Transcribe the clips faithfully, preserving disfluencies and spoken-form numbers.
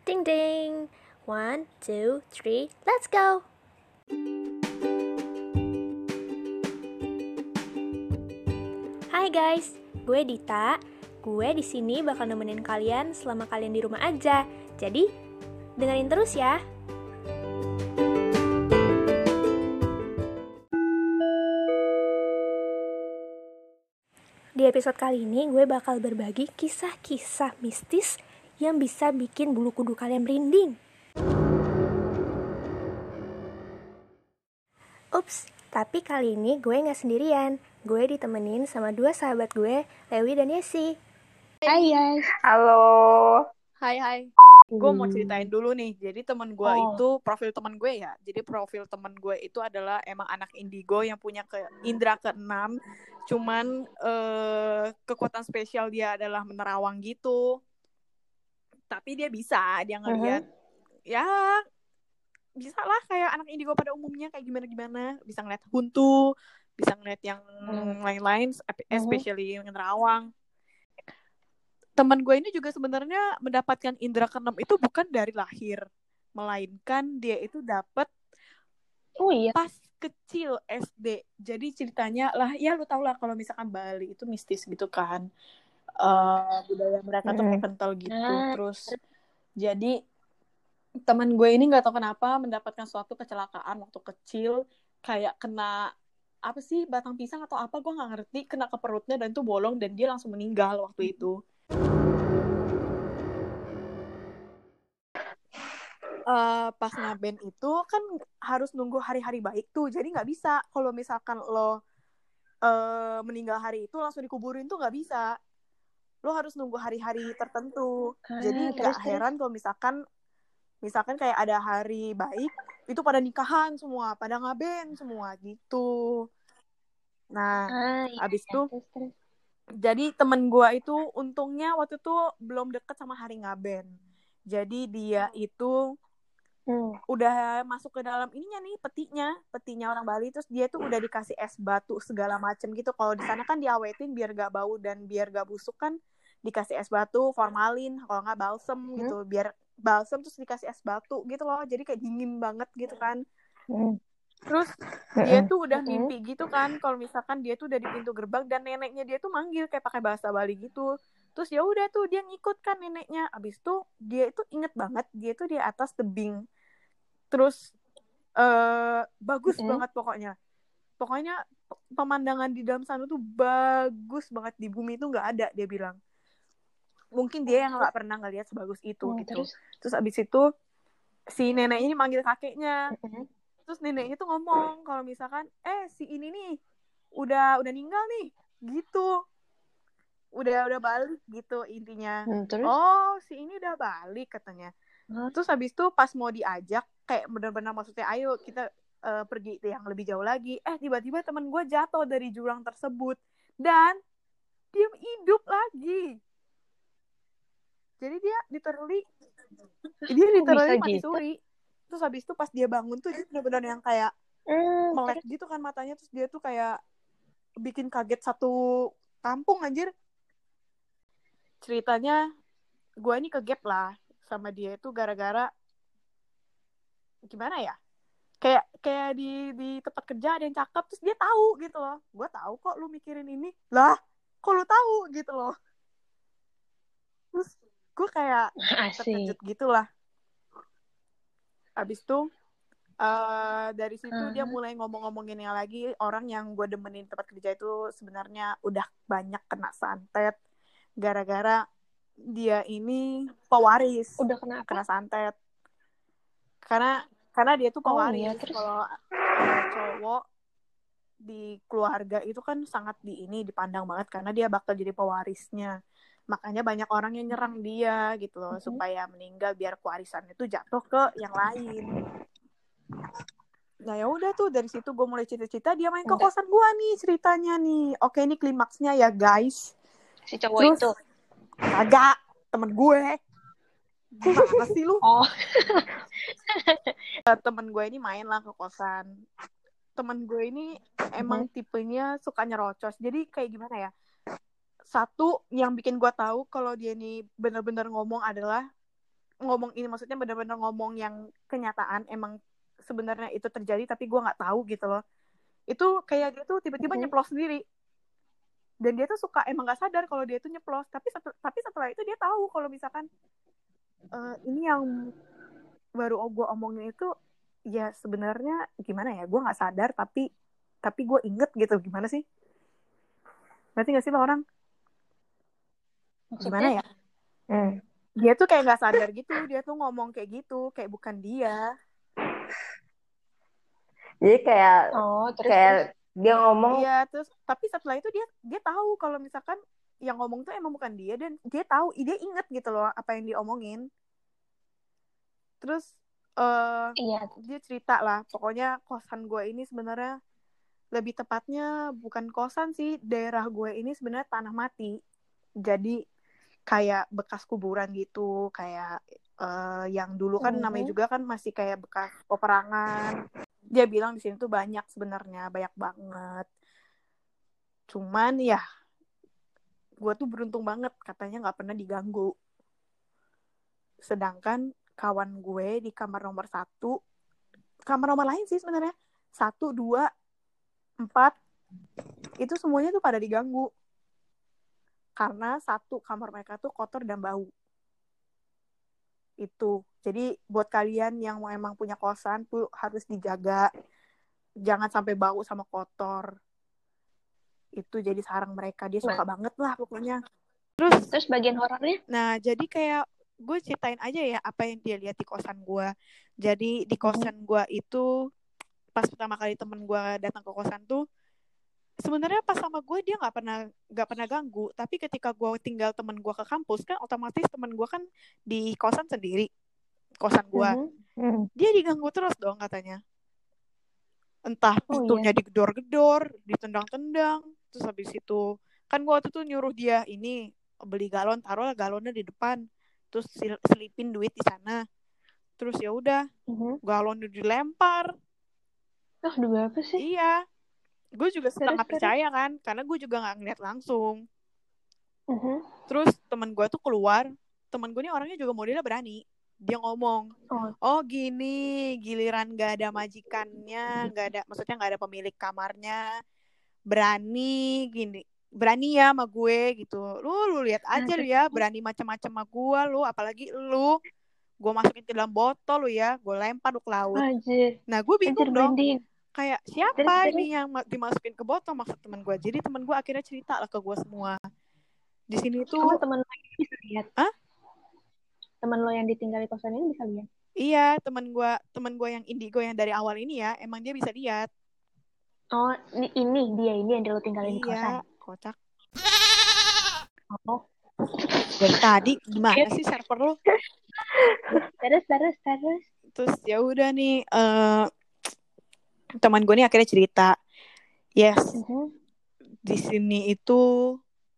Ding ding. One, two, three, let's go. Hai guys, gue Dita. Gue di sini bakal nemenin kalian selama kalian di rumah aja. Jadi, dengerin terus ya. Di episode kali ini gue bakal berbagi kisah-kisah mistis yang bisa bikin bulu kuduk kalian merinding. Ups, tapi kali ini gue gak sendirian. Gue ditemenin sama dua sahabat gue, Lewi dan Yesi. Hai guys. Halo. Hai hai. Gue mau ceritain dulu nih. Jadi teman gue Oh. itu profil teman gue ya. Jadi profil teman gue itu adalah emang anak indigo yang punya ke indera keenam. Cuman eh, kekuatan spesial dia adalah menerawang gitu. Tapi dia bisa, dia ngelihat uh-huh. ya bisa lah kayak anak indigo pada umumnya kayak gimana-gimana. Bisa ngeliat hantu, bisa ngeliat yang uh-huh. lain-lain, especially uh-huh. menerawang. Teman gue ini juga sebenarnya mendapatkan indera keenam itu bukan dari lahir, melainkan dia itu dapat oh, iya. pas kecil S D. Jadi ceritanya lah, ya lu tau lah kalau misalkan Bali itu mistis gitu kan, uh, budaya mereka tuh kayak kental gitu. Nah. Terus jadi teman gue ini nggak tahu kenapa mendapatkan suatu kecelakaan waktu kecil, kayak kena apa sih batang pisang atau apa, gue nggak ngerti, kena ke perutnya dan tuh bolong dan dia langsung meninggal waktu itu. Uh, pas ngaben itu kan harus nunggu hari-hari baik tuh, jadi nggak bisa kalau misalkan lo uh, meninggal hari itu langsung dikuburin tuh nggak bisa, lo harus nunggu hari-hari tertentu. Ah, jadi nggak heran kalau misalkan misalkan kayak ada hari baik itu pada nikahan semua, pada ngaben semua gitu. Nah ah, iya, abis itu terus, terus. Jadi temen gue itu untungnya waktu itu belum deket sama hari ngaben, jadi dia itu Hmm. udah masuk ke dalam ininya nih, petinya, petinya orang Bali. Terus dia tuh udah dikasih es batu segala macem gitu. Kalau di sana kan diawetin biar gak bau dan biar gak busuk kan, dikasih es batu, formalin, kalau nggak balsem hmm. gitu. Biar balsem terus dikasih es batu gitu loh. Jadi kayak dingin banget gitu kan. Hmm. Terus dia tuh udah mimpi gitu kan, kalau misalkan dia tuh udah di pintu gerbang dan neneknya dia tuh manggil kayak pakai bahasa Bali gitu. Terus ya udah tuh dia ngikut kan neneknya. Abis itu dia itu inget banget dia tuh di atas tebing. Terus uh, bagus mm-hmm. banget pokoknya. Pokoknya pemandangan di dalam sana tuh bagus banget, di bumi itu nggak ada, dia bilang. Mungkin dia yang nggak pernah ngeliat sebagus itu mm, gitu. Terus? Terus abis itu si nenek ini manggil kakeknya. Mm-hmm. Terus neneknya tuh ngomong kalau misalkan eh si ini nih udah udah meninggal nih gitu. Udah udah balik gitu intinya. Hmm, terus? Oh, si ini udah balik katanya. Hmm. Terus habis itu pas mau diajak kayak benar-benar maksudnya ayo kita uh, pergi yang lebih jauh lagi. Eh tiba-tiba teman gue jatuh dari jurang tersebut dan dia hidup lagi. Jadi dia literally dia literally mati gitu? suri. Terus habis itu pas dia bangun tuh dia benar-benar yang kayak hmm, melek terus? Gitu kan matanya. Terus dia tuh kayak bikin kaget satu kampung anjir. Ceritanya gue ini kegap lah sama dia itu gara-gara gimana ya, kayak kayak di di tempat kerja ada yang cakep terus dia tahu gitu loh, gue tahu kok lu mikirin ini lah, kok lu tahu gitu loh. Terus gue kayak terkejut gitulah. Abis itu uh, dari situ uh-huh. dia mulai ngomong-ngomonginnya lagi, orang yang gue demenin tempat kerja itu sebenarnya udah banyak kena santet gara-gara dia ini pewaris. Udah kena apa? Kena santet. Karena karena dia tuh pewaris. Oh, iya, terus? Kalau uh, cowok di keluarga itu kan sangat di ini dipandang banget karena dia bakal jadi pewarisnya. Makanya banyak orang yang nyerang dia gitu loh, mm-hmm. supaya meninggal biar kewarisan itu jatuh ke yang lain. Nah ya udah tuh dari situ gue mulai cita-cita dia main ke kosan gue nih ceritanya nih. Oke, ini klimaksnya ya guys. Si cowok terus, itu kagak, temen gue. Gimana sih lu? Oh. Temen gue ini main lah ke kosan. Temen gue ini emang mm-hmm. tipenya suka nyerocos. Jadi kayak gimana ya? Satu yang bikin gue tahu kalau dia ini benar-benar ngomong adalah ngomong ini maksudnya benar-benar ngomong yang kenyataan emang sebenarnya itu terjadi tapi gue nggak tahu gitu loh. Itu kayak dia tuh tiba-tiba Mm-hmm. nyeplos sendiri. Dan dia tuh suka emang nggak sadar kalau dia tuh nyeplos, tapi setel, tapi setelah itu dia tahu kalau misalkan uh, ini yang baru gue omongin itu ya sebenarnya gimana ya, gue nggak sadar tapi tapi gue inget gitu. Gimana sih, berarti nggak sih lo orang gimana ya? Hmm. Dia tuh kayak nggak sadar gitu, dia tuh ngomong kayak gitu kayak bukan dia. Jadi kayak Oh, terus, kayak terus. dia ngomong. Iya, terus tapi setelah itu dia dia tahu kalau misalkan yang ngomong tuh emang bukan dia, dan dia tahu, dia inget gitu loh apa yang diomongin. Terus uh, Iya. dia cerita lah, pokoknya kosan gue ini sebenarnya, lebih tepatnya bukan kosan sih, daerah gue ini sebenarnya tanah mati. Jadi kayak bekas kuburan gitu, kayak uh, yang dulu kan Mm-hmm. namanya juga kan masih kayak bekas peperangan. Dia bilang di sini tuh banyak sebenarnya, banyak banget. Cuman ya gue tuh beruntung banget, katanya nggak pernah diganggu. Sedangkan kawan gue di kamar nomor satu, kamar nomor lain sih sebenarnya, satu, dua, empat, itu semuanya tuh pada diganggu. Karena satu, kamar mereka tuh kotor dan bau. Itu. Jadi buat kalian yang emang punya kosan tuh harus dijaga. Jangan sampai bau sama kotor. Itu jadi sarang mereka. Dia suka Nah. banget lah pokoknya. Terus, Terus bagian horornya? Nah, jadi kayak gue ceritain aja ya apa yang dia lihat di kosan gue. Jadi di kosan gue itu, pas pertama kali temen gue datang ke kosan tuh, sebenarnya pas sama gue dia nggak pernah nggak pernah ganggu. Tapi ketika gue tinggal temen gue ke kampus kan, otomatis temen gue kan di kosan sendiri, kosan gue, Mm-hmm. dia diganggu terus dong katanya. Entah Oh, pintunya iya. digedor-gedor, ditendang-tendang. Terus habis itu kan gue waktu itu nyuruh dia ini beli galon, taruh galonnya di depan, terus selipin duit di sana. Terus ya udah, Mm-hmm. galonnya dilempar. Oh, udah berapa sih? Iya, gue juga setengah Terus, percaya kan, karena gue juga nggak ngeliat langsung. Mm-hmm. Terus teman gue tuh keluar, teman gue ini orangnya juga modelnya berani. Dia ngomong, Oh, oh gini, giliran nggak ada majikannya, nggak ada, maksudnya nggak ada pemilik kamarnya, berani gini, berani ya sama gue gitu. Lu lu lihat aja nah, lu ya, berani macam-macam sama gue lu, apalagi lu. Gue masukin ke dalam botol lu ya, gue lempar lu ke laut. Anjir. Nah gue bingung Anjir, dong, branding. kayak siapa Terus, terus. ini yang dimasukin ke botol, maksud teman gue. Jadi teman gue akhirnya cerita lah ke gue semua. Di sini tuh, Oh, teman lo yang bisa lihat? Hah? Teman lo yang ditinggal di kosan ini bisa lihat? Iya, teman gue, teman gue yang indigo yang dari awal ini ya, emang dia bisa lihat. Oh, ini, ini dia ini yang lo tinggalin Iya, di kosan. kocak. Oh. Dari tadi gimana sih server lo? Terus, terus, terus. Terus ya udah nih, uh, teman gue nih akhirnya cerita, yes, Mm-hmm. di sini itu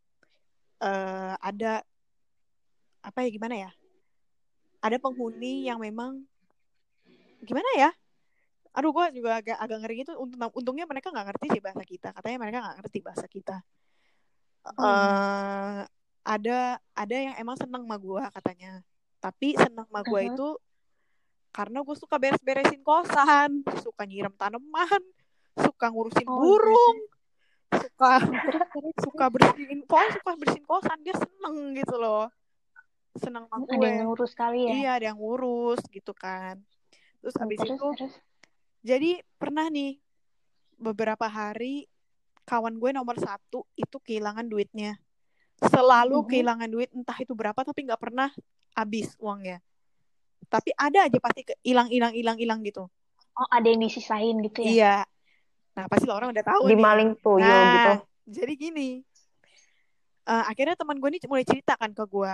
uh, ada apa ya, gimana ya? Ada penghuni yang memang gimana ya? Aduh, gue juga agak agak ngeri gitu. Untung, untungnya mereka nggak ngerti sih bahasa kita. Katanya mereka nggak ngerti bahasa kita. Oh. Uh, ada ada yang emang seneng sama gue katanya. Tapi seneng sama gue uh-huh. itu karena gue suka beres-beresin kosan, suka nyiram tanaman, suka ngurusin oh, burung, iya. suka suka bersihin, pokoknya suka bersihin kosan. Dia seneng gitu loh, seneng sama gue. Ada yang ngurus kali ya? Iya, ada yang ngurus gitu kan. Terus abis terus, itu, terus. Jadi pernah nih beberapa hari kawan gue nomor satu itu kehilangan duitnya. Selalu mm-hmm. kehilangan duit, entah itu berapa tapi nggak pernah habis uangnya. Tapi ada aja pasti hilang hilang hilang hilang gitu. Oh, ada yang disisain gitu ya? Iya. Nah, pasti orang udah tahu di nih. Maling tuyul nah, gitu. Jadi gini. Uh, akhirnya teman gue nih mulai ceritakan ke gue.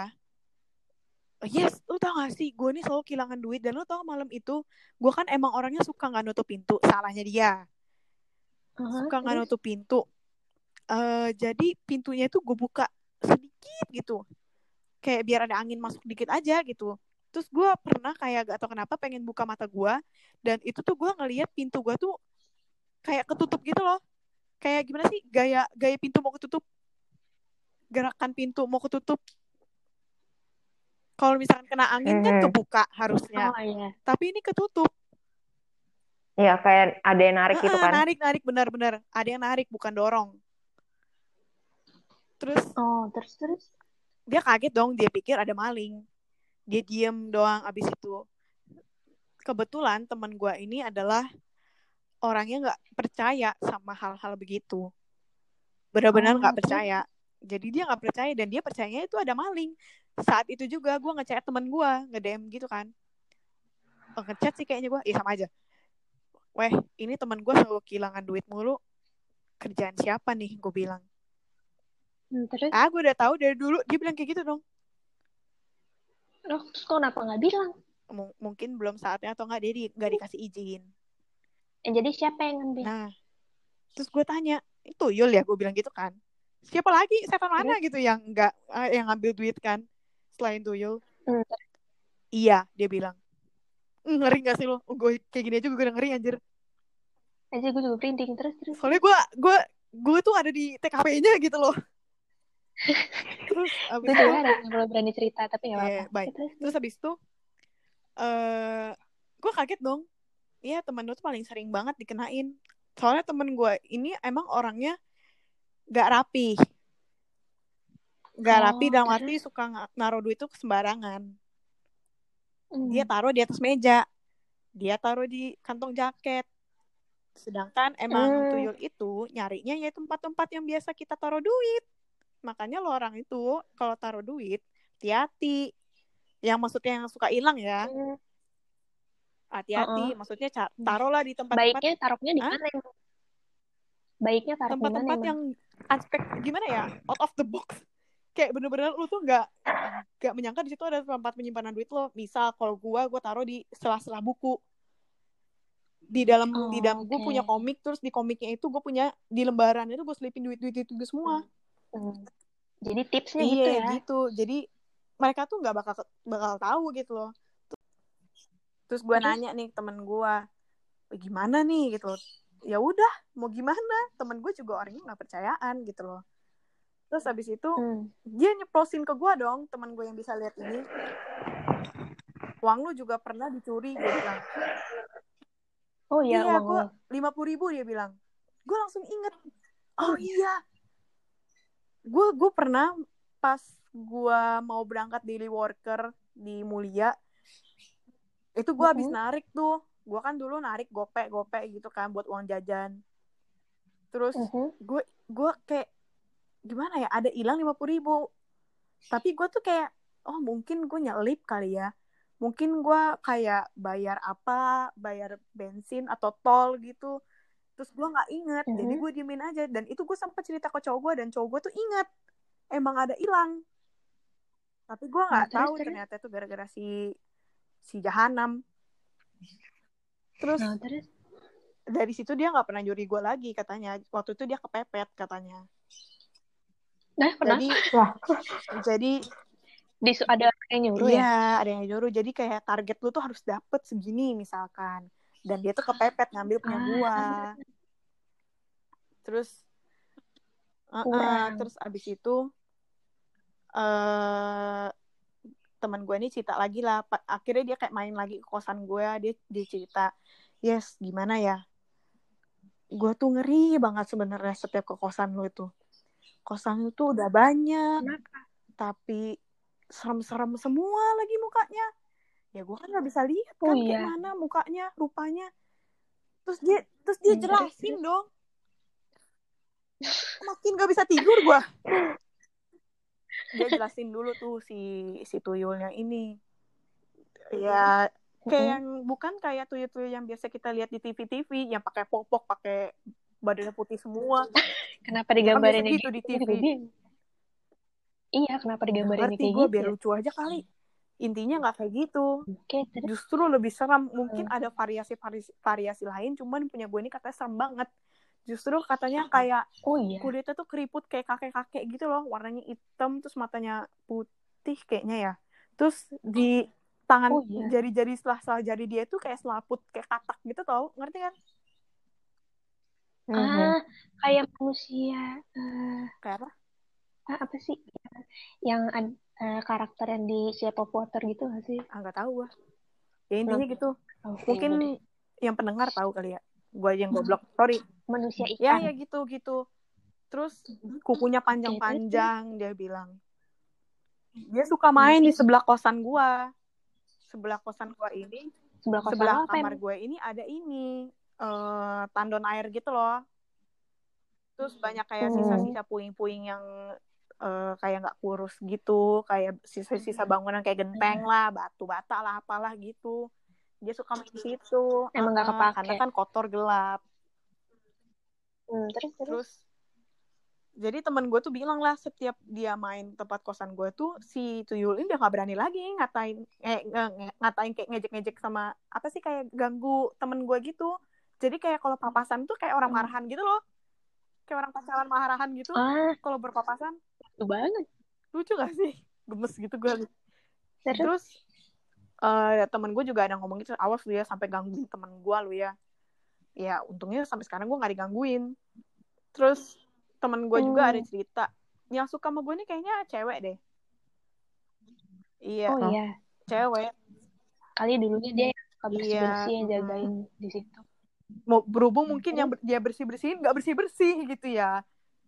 Yes, lu tau gak sih, gue nih selalu kehilangan duit. Dan lu tau malam itu, gue kan emang orangnya suka gak nutup pintu. Salahnya dia. Uh-huh, suka gak nutup pintu. Uh, jadi pintunya itu gue buka sedikit gitu. Kayak biar ada angin masuk dikit aja gitu. Terus gue pernah kayak gak tau kenapa pengen buka mata gue. Dan itu tuh gue ngeliat pintu gue tuh kayak ketutup gitu loh. Kayak gimana sih, gaya gaya pintu mau ketutup. Gerakan pintu mau ketutup. Kalau misalkan kena angin kan Mhm. kebuka harusnya. Oh iya. Tapi ini ketutup. Iya, kayak ada yang narik gitu Heeh, kan. narik-narik benar-benar. Ada yang narik bukan dorong. Terus Oh, terus terus. dia kaget dong, dia pikir ada maling. Dia diem doang abis itu. Kebetulan teman gue ini adalah orangnya nggak percaya sama hal-hal begitu. Benar-benar nggak Oh, terus? percaya. Jadi dia nggak percaya dan dia percayanya itu ada maling. Saat itu juga gue ngechat teman gue, nge-D M gitu kan. Oh, ngechat sih kayaknya gue, iya sama aja. Weh, ini teman gue selalu kehilangan duit mulu. Kerjaan siapa nih? Gue bilang. Hmm, terus? Ah, gue udah tahu dari dulu. Dia bilang kayak gitu dong. Loh, terus kok kenapa nggak bilang? M- mungkin belum saatnya atau nggak dia di- nggak dikasih izin. Eh, jadi siapa yang ngambil? Nah, terus gue tanya, itu Yul ya? Gue bilang gitu kan. Siapa lagi? Setan mana Terus? gitu yang nggak uh, yang ngambil duit kan? Selain Tuyul. Hmm, Iya, dia bilang. "Mm, ngeri gak sih lo? Gue kayak gini aja gue udah ngeri anjir. aja gue juga printing terus terus. Soalnya gue gue gue tuh ada di T K P-nya gitu loh. Terus abis Gue itu, juga ada yang belum berani cerita tapi nggak apa-apa. eh, baik. Ya, terus, Terus abis itu, eh gue kaget dong. Iya, temen lu tuh paling sering banget dikenain. Soalnya temen gue ini emang orangnya gak rapi. Gak Oh, rapi dalam terus? arti suka ng- naruh duit tuh sembarangan. Hmm. Dia taruh di atas meja. Dia taruh di kantong jaket. Sedangkan emang Hmm. Tuyul itu nyarinya ya tempat-tempat yang biasa kita taruh duit. Makanya lo orang itu kalau taruh duit, hati-hati. Yang maksudnya yang suka hilang ya. Hmm. Hati-hati. Uh-uh. Maksudnya ca- taruhlah di tempat-tempat. Baiknya taruhnya di Hah? mana? Emang? Baiknya taruh di mana Tempat-tempat emang? yang aspek gimana ya? Out of the box. Kayak bener-bener lu tuh nggak nggak menyangka di situ ada tempat penyimpanan duit lo. Misal kalau gua gua taruh di sela-sela buku. Di dalam Oh, di dalam gue oke. punya komik, terus di komiknya itu gue punya di lembaran itu gue selipin duit-duit itu semua. Hmm. Jadi tipsnya Iya gitu ya. gitu. Jadi mereka tuh nggak bakal bakal tahu gitu loh. Terus gue Terus? nanya nih temen gue, gimana nih gitu loh. Ya udah, mau gimana? Temen gue juga orangnya nggak percayaan gitu loh. Terus habis itu Hmm. dia nyeplosin ke gue dong, temen gue yang bisa lihat ini. Uang lu juga pernah dicuri, gue bilang. Oh iya, Iya, uang gue lo. lima puluh ribu dia bilang. Gue langsung inget. Oh, Oh iya. Gue gue pernah pas gue mau berangkat daily worker di Mulia, itu gue habis Mm-hmm. narik tuh. Gue kan dulu narik gope-gope gitu kan buat uang jajan. Terus Mm-hmm. gue gue kayak gimana ya, ada hilang lima puluh ribu. Tapi gue tuh kayak, oh mungkin gue nyelip kali ya. Mungkin gue kayak bayar apa, bayar bensin atau tol gitu. Terus gue gak inget, Mm-hmm. jadi gue diemin aja. Dan itu gue sempat cerita ke cowok gue, dan cowok gue tuh inget emang ada hilang. Tapi gue gak Nah, tahu terus, ternyata itu gara-gara si si Jahanam. Terus nah, terus? dari situ dia gak pernah nyuri gue lagi katanya. Waktu itu dia kepepet katanya. Nah, kenapa? Jadi Wah. jadi Disu- ada orang yang nyuruh iya, ya? ada yang nyuruh. Jadi kayak target lu tuh harus dapet segini misalkan. Dan dia tuh kepepet ngambil punya Ah. gua. Terus uh-uh, Kurang. terus abis itu uh, teman gue ini cerita lagi lah. Akhirnya dia kayak main lagi ke kosan gue. Dia, dia cerita, yes gimana ya, gue tuh ngeri banget sebenarnya setiap ke kosan lu itu. Kosan lu tuh udah banyak. Kenapa? Tapi serem-serem semua lagi mukanya. Ya gue kan gak bisa lihat kan Oh, kayak iya. mana mukanya, rupanya. Terus dia terus dia Hmm, jelasin terus, terus. dong. Makin gak bisa tidur gue. Dia jelasin dulu tuh si si tuyulnya ini. Ya kayak Mm-hmm. yang bukan kayak tuyul-tuyul yang biasa kita lihat di T V-T V yang pakai popok, pakai badannya putih semua. Kenapa Ya kan biasa digambarin gitu di T V. Iya, kenapa Gak digambarin ngerti kayak gue, gitu biar ya? lucu aja kali. Intinya gak kayak gitu. Oke, terus. Justru lebih seram. Mungkin ada variasi-variasi variasi lain, cuman punya gue ini katanya serem banget. Justru katanya kayak Oh iya. kulitnya tuh keriput kayak kakek-kakek gitu loh, warnanya hitam, terus matanya putih kayaknya ya. Terus di tangan, Oh iya. jari-jari selah-selah jari dia tuh kayak selaput, kayak katak gitu tau, ngerti kan? Ah, kayak manusia. Uh, Kayak apa? ah, apa sih? Yang ad- uh, karakter yang di Shape of Water gitu gak sih? Ah, nggak tahu gua. Ya intinya gitu. Okay, Mungkin udah. Yang pendengar tahu kali ya. Gua aja yang goblok. Sorry. Manusia ikan. Ya ya gitu gitu. Terus kukunya panjang-panjang, dia bilang. Dia suka main di sebelah kosan gua. Sebelah kosan gua ini, sebelah, kosan sebelah lo apa kamar emang? gue ini ada ini uh, tandon air gitu loh. Terus banyak kayak Hmm. sisa-sisa puing-puing yang uh, kayak nggak kurus gitu, kayak sisa-sisa bangunan kayak genteng lah, batu bata lah, apalah gitu. Dia suka main di situ. Emang nggak uh, kepake. Karena kan kotor gelap. Hmm, terus, terus terus jadi temen gue tuh bilang lah, setiap dia main tempat kosan gue tuh si tuyul ini udah gak berani lagi ngatain eh, ngatain kayak ngejek-ngejek sama apa sih, kayak ganggu temen gue gitu. Jadi kayak kalau papasan tuh kayak orang marahan gitu loh, kayak orang pacaran marahan gitu. Ah, kalau berpapasan lucu banget, lucu gak sih? Gemes gitu gue. terus, terus uh, temen gue juga ada ngomong gitu, awas lu ya sampai gangguin temen gue lu ya. Ya untungnya sampai sekarang gue gak digangguin. Terus temen gue juga hmm. ada cerita, yang suka sama gue nih kayaknya cewek deh. Iya. Oh iya. Cewek. Kali dulunya dia yang suka bersih-bersih, iya. yang jagain hmm. di situ. Mau berhubung mungkin Terus? yang dia bersih-bersihin nggak bersih-bersih gitu ya.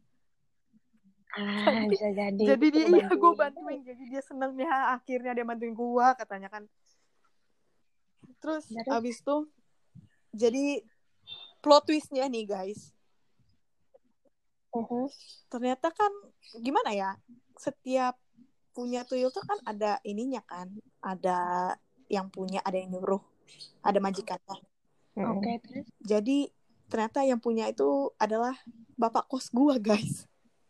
Ah, jadi, bisa jadi. Jadi dia iya gue bantuin, jadi dia seneng ya akhirnya dia bantuin gue katanya kan. Terus, Terus? abis itu jadi plot twistnya nih guys. Uh-huh. Ternyata kan gimana ya, setiap punya tuyul tuh kan ada ininya kan, ada yang punya, ada yang nyuruh, ada majikannya. Oke, okay, terus? Jadi ternyata yang punya itu adalah bapak kos gua guys.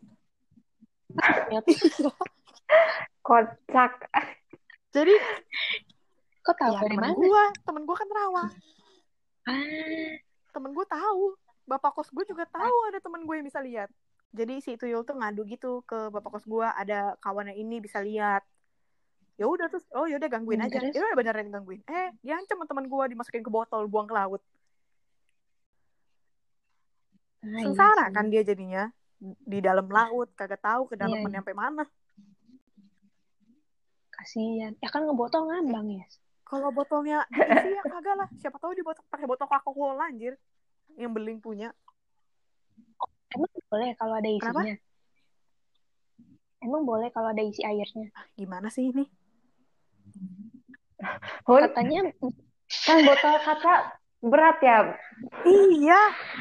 Kocak. Jadi kok tahu ya, dari temen mana? gua, temen gua kan rawa. Ah. Temen gua tahu, bapak kos gua juga tahu ada temen gue yang bisa lihat. Jadi si tuyul tuh ngadu gitu ke bapak kos gua, ada kawannya ini bisa lihat. Ya udah terus, oh yaudah gangguin hmm, aja. Ya udah beneran gangguin. Eh, dia ancam teman gua, dimasukin ke botol, buang ke laut. Ah, sengsara iya kan dia jadinya di dalam laut, kagak tahu kedalaman iya, sampai mana. Kasian. Ya kan ngebotol ngambang ya. Kalau botolnya diisi ya kagak lah. Siapa tahu di botol pakai botol Coca-Cola anjir. Yang beling punya. Emang boleh kalau ada isinya? Kenapa? Emang boleh kalau ada isi airnya? Ah, gimana sih ini? Katanya kan botol kaca berat ya. Iya.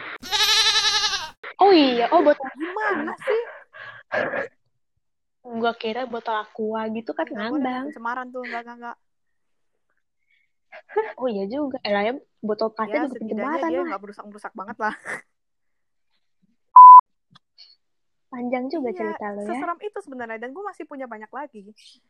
Oh iya, oh botol gimana sih? Gua kira botol aqua gitu kan ngambang. Pencemaran tuh, enggak enggak enggak. Oh iya juga. Eh lah ya, botol kaca ya, juga pencemaran dia lah. Nggak merusak-merusak banget lah. Panjang juga iya, cerita lo ya. Seseram itu sebenarnya, dan gue masih punya banyak lagi.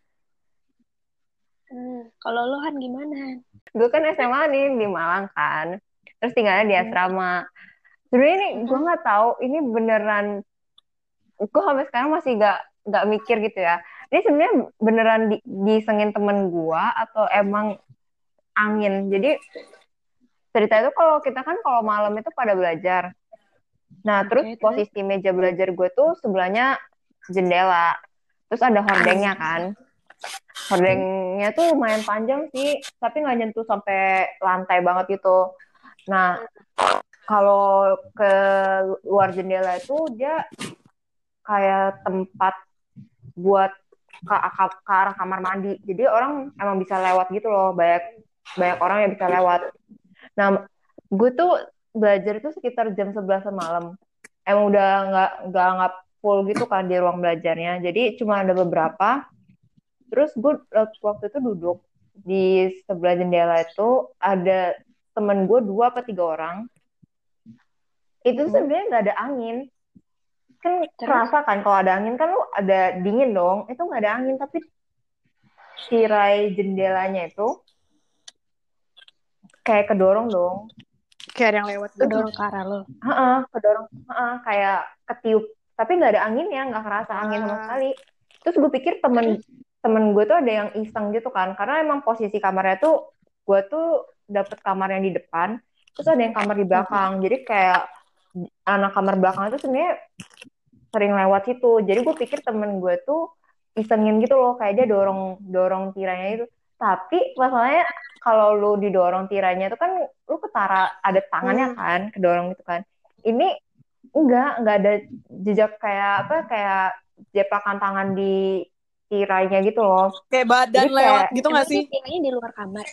Hmm, kalau lo Han gimana? Gue kan S M A nih di Malang kan. Terus tinggalnya di asrama. Sebenarnya ini gue nggak tahu ini beneran. Gue sampai sekarang masih nggak nggak mikir gitu ya. Ini sebenarnya beneran di, disengin temen gue atau emang angin. Jadi cerita itu kalau kita kan kalau malam itu pada belajar. Nah, terus okay, posisi terus? meja belajar gue tuh sebelahnya jendela. Terus ada hordengnya kan. Hordengnya tuh lumayan panjang sih, tapi nggak nyentuh sampai lantai banget gitu. Nah, kalau ke luar jendela itu dia kayak tempat buat ke, ke, ke arah kamar mandi. Jadi orang emang bisa lewat gitu loh, banyak banyak orang yang bisa lewat. Nah, gue tuh belajar itu sekitar jam sebelas malam. Emang udah nggak nggak nggak full gitu kan di ruang belajarnya. Jadi cuma ada beberapa. Terus gue waktu itu duduk di sebelah jendela itu ada temen gue dua atau tiga orang. Itu hmm. sebenarnya nggak ada angin. Kan kerasa kan kalau ada angin kan lu ada dingin dong. Itu nggak ada angin tapi tirai jendelanya itu kayak kedorong dong. Kayak ada yang lewat gitu. Kedorong ke arah lo. Heeh, kedorong, heeh, kayak ketiup. Tapi nggak ada anginnya, nggak kerasa angin sama sekali. Terus gue pikir temen temen gue tuh ada yang iseng gitu kan, karena emang posisi kamarnya tuh gue tuh dapet kamar yang di depan, terus ada yang kamar di belakang. Jadi kayak anak kamar belakang itu sebenarnya sering lewat situ. Jadi gue pikir temen gue tuh isengin gitu loh, kayak dia dorong dorong tiranya itu. Tapi masalahnya kalau lu didorong tiranya itu kan lu ketara ada tangannya Hmm. kan, kedorong gitu kan. Ini enggak enggak ada jejak kayak apa kayak jeplakan tangan di tiranya gitu loh. Kayak badan Jadi lewat kayak gitu nggak sih? Tiranya di luar kamar.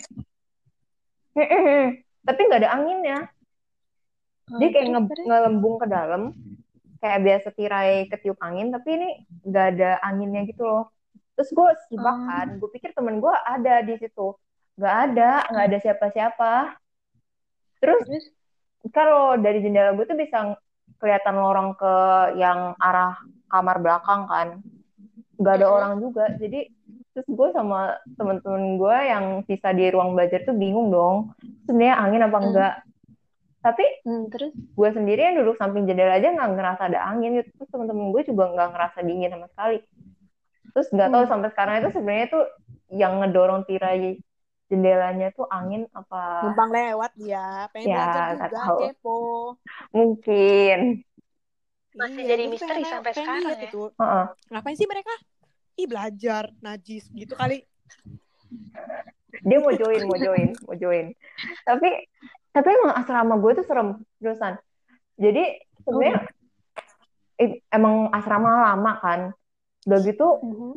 tapi nggak ada anginnya. Dia kayak terus, nge- terus. ngelembung ke dalam kayak biasa tirai ketiup angin, tapi ini nggak ada anginnya gitu loh. Terus gue sibak Oh. kan, gue pikir temen gue ada di situ, nggak ada, nggak ada siapa-siapa. Terus Terus kalau dari jendela gue tuh bisa kelihatan lorong ke yang arah kamar belakang kan, nggak ada Mhm. orang juga. Jadi terus gue sama temen-temen gue yang sisa di ruang belajar tuh bingung dong, sebenarnya angin apa Hmm. enggak. Tapi hmm, terus gue sendiri yang duduk samping jendela aja nggak ngerasa ada angin gitu. Terus temen-temen gue juga nggak ngerasa dingin sama sekali. Terus nggak tahu Hmm. sampai sekarang itu sebenarnya tuh yang ngedorong tirai jendelanya tuh angin apa Numpang lewat dia, pengen ya belajar nggak juga, tahu, kepo. mungkin. Masih Iya, jadi gue tuh misteri pengen, sampai pengen sekarang lihat ya. itu. Heeh. Ngapain sih mereka? Ih, belajar najis gitu kali. Dia mau join mau join mau join tapi tapi emang asrama gue tuh serem terusan. Jadi sebenarnya eh, emang asrama lama kan, udah gitu Mhm.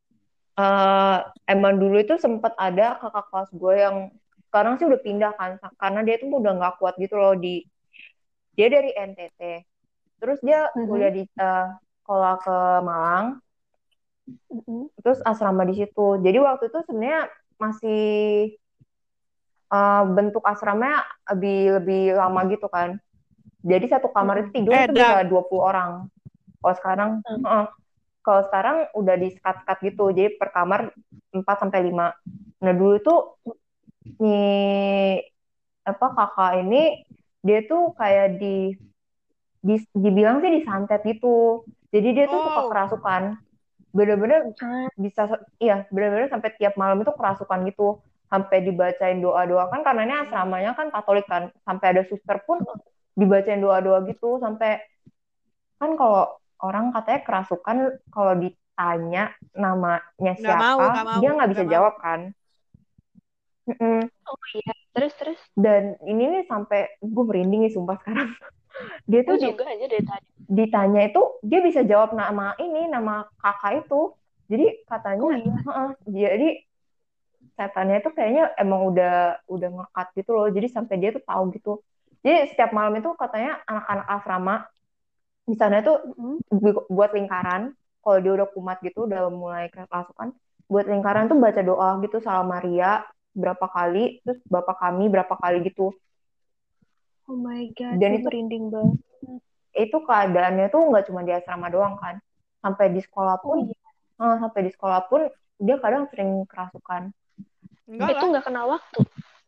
eh, emang dulu itu sempat ada kakak kelas gue yang sekarang sih udah pindah kan, karena dia tuh udah nggak kuat gitu loh. Di dia dari N T T, terus dia Mhm. kuliah di eh, sekolah ke Malang, Mhm. terus asrama di situ. Jadi waktu itu sebenarnya masih eh, bentuk asramanya lebih lebih lama gitu kan. Jadi satu kamar itu tidur Eh, itu Dam. bisa dua puluh orang. Kalau sekarang Hmm. heeh. Kalau sekarang udah di sekat-sekat gitu. Jadi per kamar empat sampai lima. Nah, dulu tuh nih apa kakak ini dia tuh kayak di, di dibilang sih disantet gitu. Jadi dia tuh suka Oh, kerasukan. Bener-bener Ah, bisa iya, bener-bener sampai tiap malam itu kerasukan gitu. Sampai dibacain doa-doa kan, karena ini asramanya kan Katolik kan. Sampai ada suster pun dibacain doa-doa gitu. Sampai kan kalau orang katanya kerasukan kalau ditanya namanya nggak mau, siapa, nggak mau, dia nggak bisa nggak mau. jawab kan. Mm-mm. oh iya. Terus terus. Dan ini nih sampai gue merinding nih sumpah sekarang. Dia Gue tuh di, juga aja dari tadi. ditanya itu dia bisa jawab nama ini, nama kakak itu. Jadi katanya, Oh iya. "Heeh." Jadi setannya tuh kayaknya emang udah udah ngekat gitu loh. Jadi sampai dia tuh tahu gitu. Jadi setiap malam itu katanya anak-anak asrama di sana tuh Mhm. bu- buat lingkaran. Kalau dia udah kumat gitu, udah mulai kerasukan, buat lingkaran tuh baca doa gitu, Salam Maria berapa kali, terus Bapa Kami berapa kali gitu. Oh my god, Dan gue itu merinding banget. itu keadaannya tuh nggak cuma di asrama doang kan, sampai di sekolah Oh pun iya. eh, sampai di sekolah pun dia kadang sering kerasukan. Enggak Itu lah. nggak kenal waktu.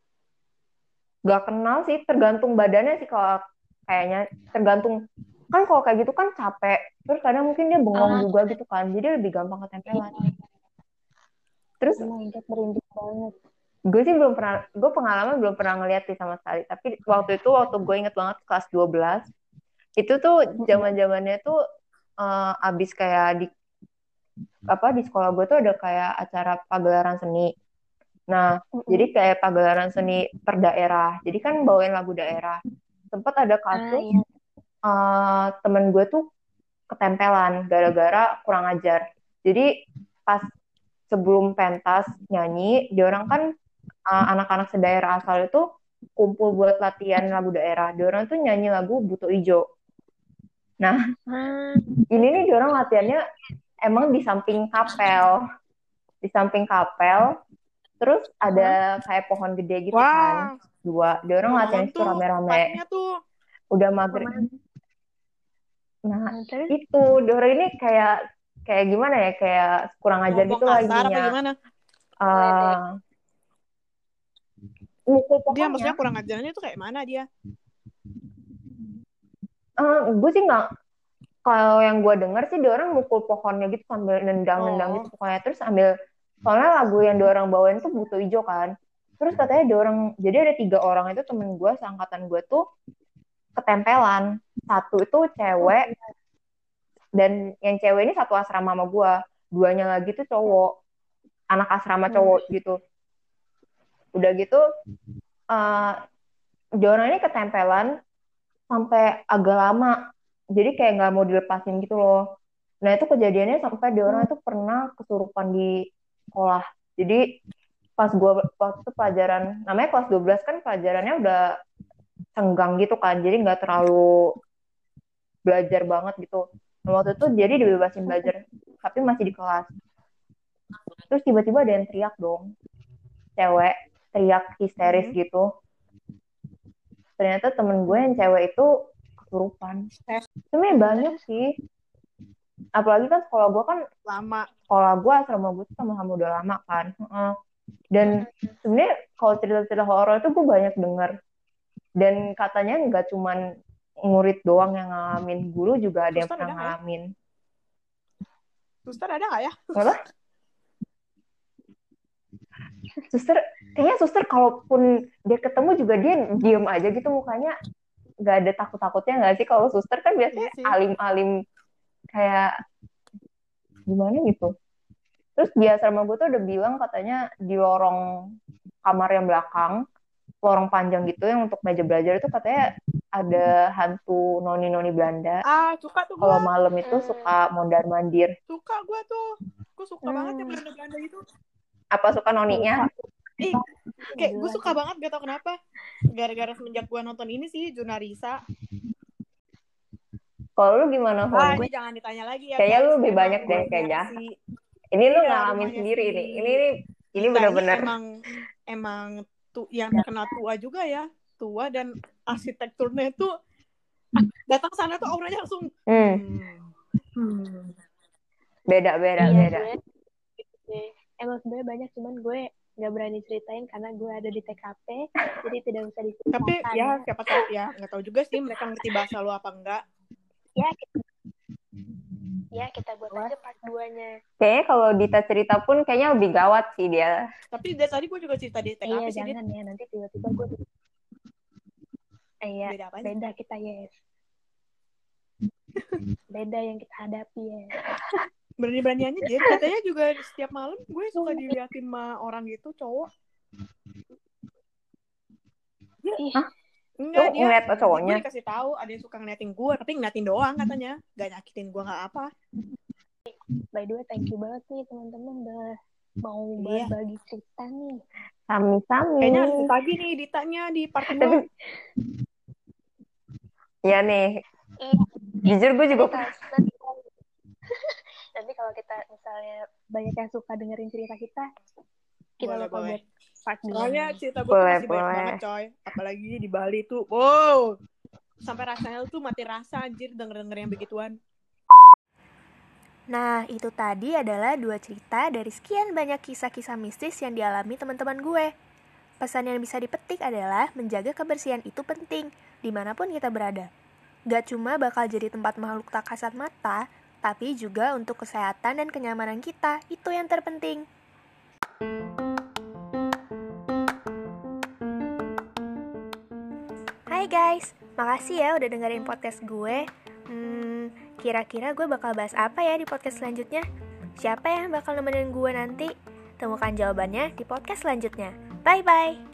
Gak kenal sih, tergantung badannya sih kalau kayaknya, tergantung kan. Kalau kayak gitu kan capek, terus kadang mungkin dia bengong Ah, juga gitu kan, jadi lebih gampang iya. ketempelan. Terus Oh my god, merinding banget. gue sih belum pernah, gue pengalaman belum pernah ngeliat sih sama sekali. Tapi waktu itu, waktu gue inget banget kelas dua belas, itu tuh zaman zamannya tuh uh, abis kayak di apa di sekolah gue tuh ada kayak acara pagelaran seni. Nah, Mm-mm. jadi kayak pagelaran seni per daerah. Jadi kan bawain lagu daerah. Sempat ada Ah kasus iya. uh, temen gue tuh ketempelan gara-gara kurang ajar. Jadi pas sebelum pentas nyanyi, dia orang kan uh, anak-anak sedaerah asal itu kumpul buat latihan lagu daerah. Dia orang tuh nyanyi lagu Buto Ijo. Nah, Ah, ini nih dia orang latihannya emang di samping kapel, di samping kapel. Terus ada kayak pohon gede gitu kan, Wah, dua. Dia orang gue latihan nonton itu tuh rame-rame. tempatnya tuh. Udah maghrib. Aman. Nah, Nah, terus itu dia orang ini kayak kayak gimana ya, kayak kurang ajar Ngomong gitu lah kasar apa intinya. gimana? Uh, mukul Dia pohonnya. maksudnya kurang ajarnya tuh kayak mana dia? Uh, gue sih nggak, kalau yang gue denger sih dia orang mukul pohonnya gitu sambil nendang-nendang Oh. gitu pokoknya. Terus ambil, soalnya lagu yang dia orang bawain tuh Buto Ijo kan. Terus katanya dia orang, jadi ada tiga orang itu temen gue seangkatan gue tuh ketempelan. Satu itu cewek, dan yang cewek ini satu asrama sama gue. duanya lagi tuh cowok, anak asrama cowok gitu. Udah gitu uh, dia orang ini ketempelan sampai agak lama, jadi kayak nggak mau dilepasin gitu loh. Nah itu kejadiannya sampai dia orang itu pernah kesurupan di sekolah. Jadi pas gue waktu pelajaran, namanya kelas dua belas kan pelajarannya udah senggang gitu kan, jadi nggak terlalu belajar banget gitu. Nah, waktu itu jadi dibebasin belajar, tapi masih di kelas. Terus tiba-tiba ada yang teriak dong, cewek teriak histeris hmm. gitu. Ternyata temen gue yang cewek itu kesurupan. Sebenarnya banyak sih. Apalagi kan sekolah gue kan lama. Sekolah gue asrama gue tuh sama-sama udah lama kan. Dan sebenarnya kalau cerita-cerita horor itu gue banyak dengar. Dan katanya nggak cuman murid doang yang ngalamin, guru juga ada Suster yang pernah ngalamin. Ya? Suster ada nggak ya? Apa? Suster, kayaknya suster kalaupun dia ketemu juga dia diem aja gitu mukanya, nggak ada takut-takutnya nggak sih? Kalau suster kan biasanya iya alim-alim kayak gimana gitu. Terus di asrama gue tuh udah bilang katanya di lorong kamar yang belakang, lorong panjang gitu yang untuk meja belajar itu katanya ada hantu noni-noni Belanda. Ah, suka tuh gue. Kalau malam itu hmm. suka mondar-mandir. Suka gue tuh. Gue suka hmm. banget ya Belanda-Belanda itu. Apa suka noninya? Ih, kayak gue suka banget, gak tau kenapa. Gara-gara semenjak gue nonton ini sih, Junarisa. Kalau lu gimana, Hon? Ah, ini jangan ditanya lagi ya. Kayaknya lu lebih banyak deh kayaknya. Si... Ini lu iya, ngalamin sendiri si... ini. Ini ini ini benar-benar emang emang tuh yang terkenal tua juga ya. Tua dan arsitekturnya tuh datang sana tuh auranya langsung hmm. Hmm. beda beda iya, beda. Gue, emang sebenarnya banyak, cuman gue nggak berani ceritain karena gue ada di T K P, jadi tidak bisa diceritakan. Tapi ya siapa tahu ya, nggak tahu juga sih mereka ngerti bahasa lu apa enggak. Ya kita, ya kita buat aja part dua-nya. Kayaknya kalau Dita cerita pun kayaknya lebih gawat sih dia. Tapi dari tadi gue juga cerita di T K P iya, sih. Iya jangan dia. Ya, nanti tiba-tiba gue Iya, beda, beda kita yes. Beda yang kita hadapi ya. Berani-beraniannya jadi katanya juga setiap malam gue suka diliatin sama orang gitu cowok. Ih, Hah? Enggak, dia ngeliat cowoknya. Gue dikasih tahu ada yang suka ngeliatin gue, tapi ngeliatin doang katanya, gak nyakitin gue nggak apa. By the way, thank you banget nih teman-teman udah mau iya. berbagi cerita nih. Sami-sami. Kayaknya harus pagi nih ditanya di part dua. Iya nih. Eh, Jujur gue juga nanti, nanti kalau kita misalnya banyak yang suka dengerin cerita kita, kita boleh, bakal boleh. buat part dua. Soalnya cerita gue masih banyak banget coy. Apalagi di Bali tuh. Wow. Sampai rasanya tuh mati rasa anjir denger-denger yang begituan. Nah, itu tadi adalah dua cerita dari sekian banyak kisah-kisah mistis yang dialami teman-teman gue. Pesan yang bisa dipetik adalah menjaga kebersihan itu penting, dimanapun kita berada. Gak cuma bakal jadi tempat makhluk tak kasat mata, tapi juga untuk kesehatan dan kenyamanan kita, itu yang terpenting. Hai guys, makasih ya udah dengerin podcast gue. Hmm, kira-kira gue bakal bahas apa ya di podcast selanjutnya? Siapa yang bakal nemenin gue nanti? Temukan jawabannya di podcast selanjutnya. Bye-bye!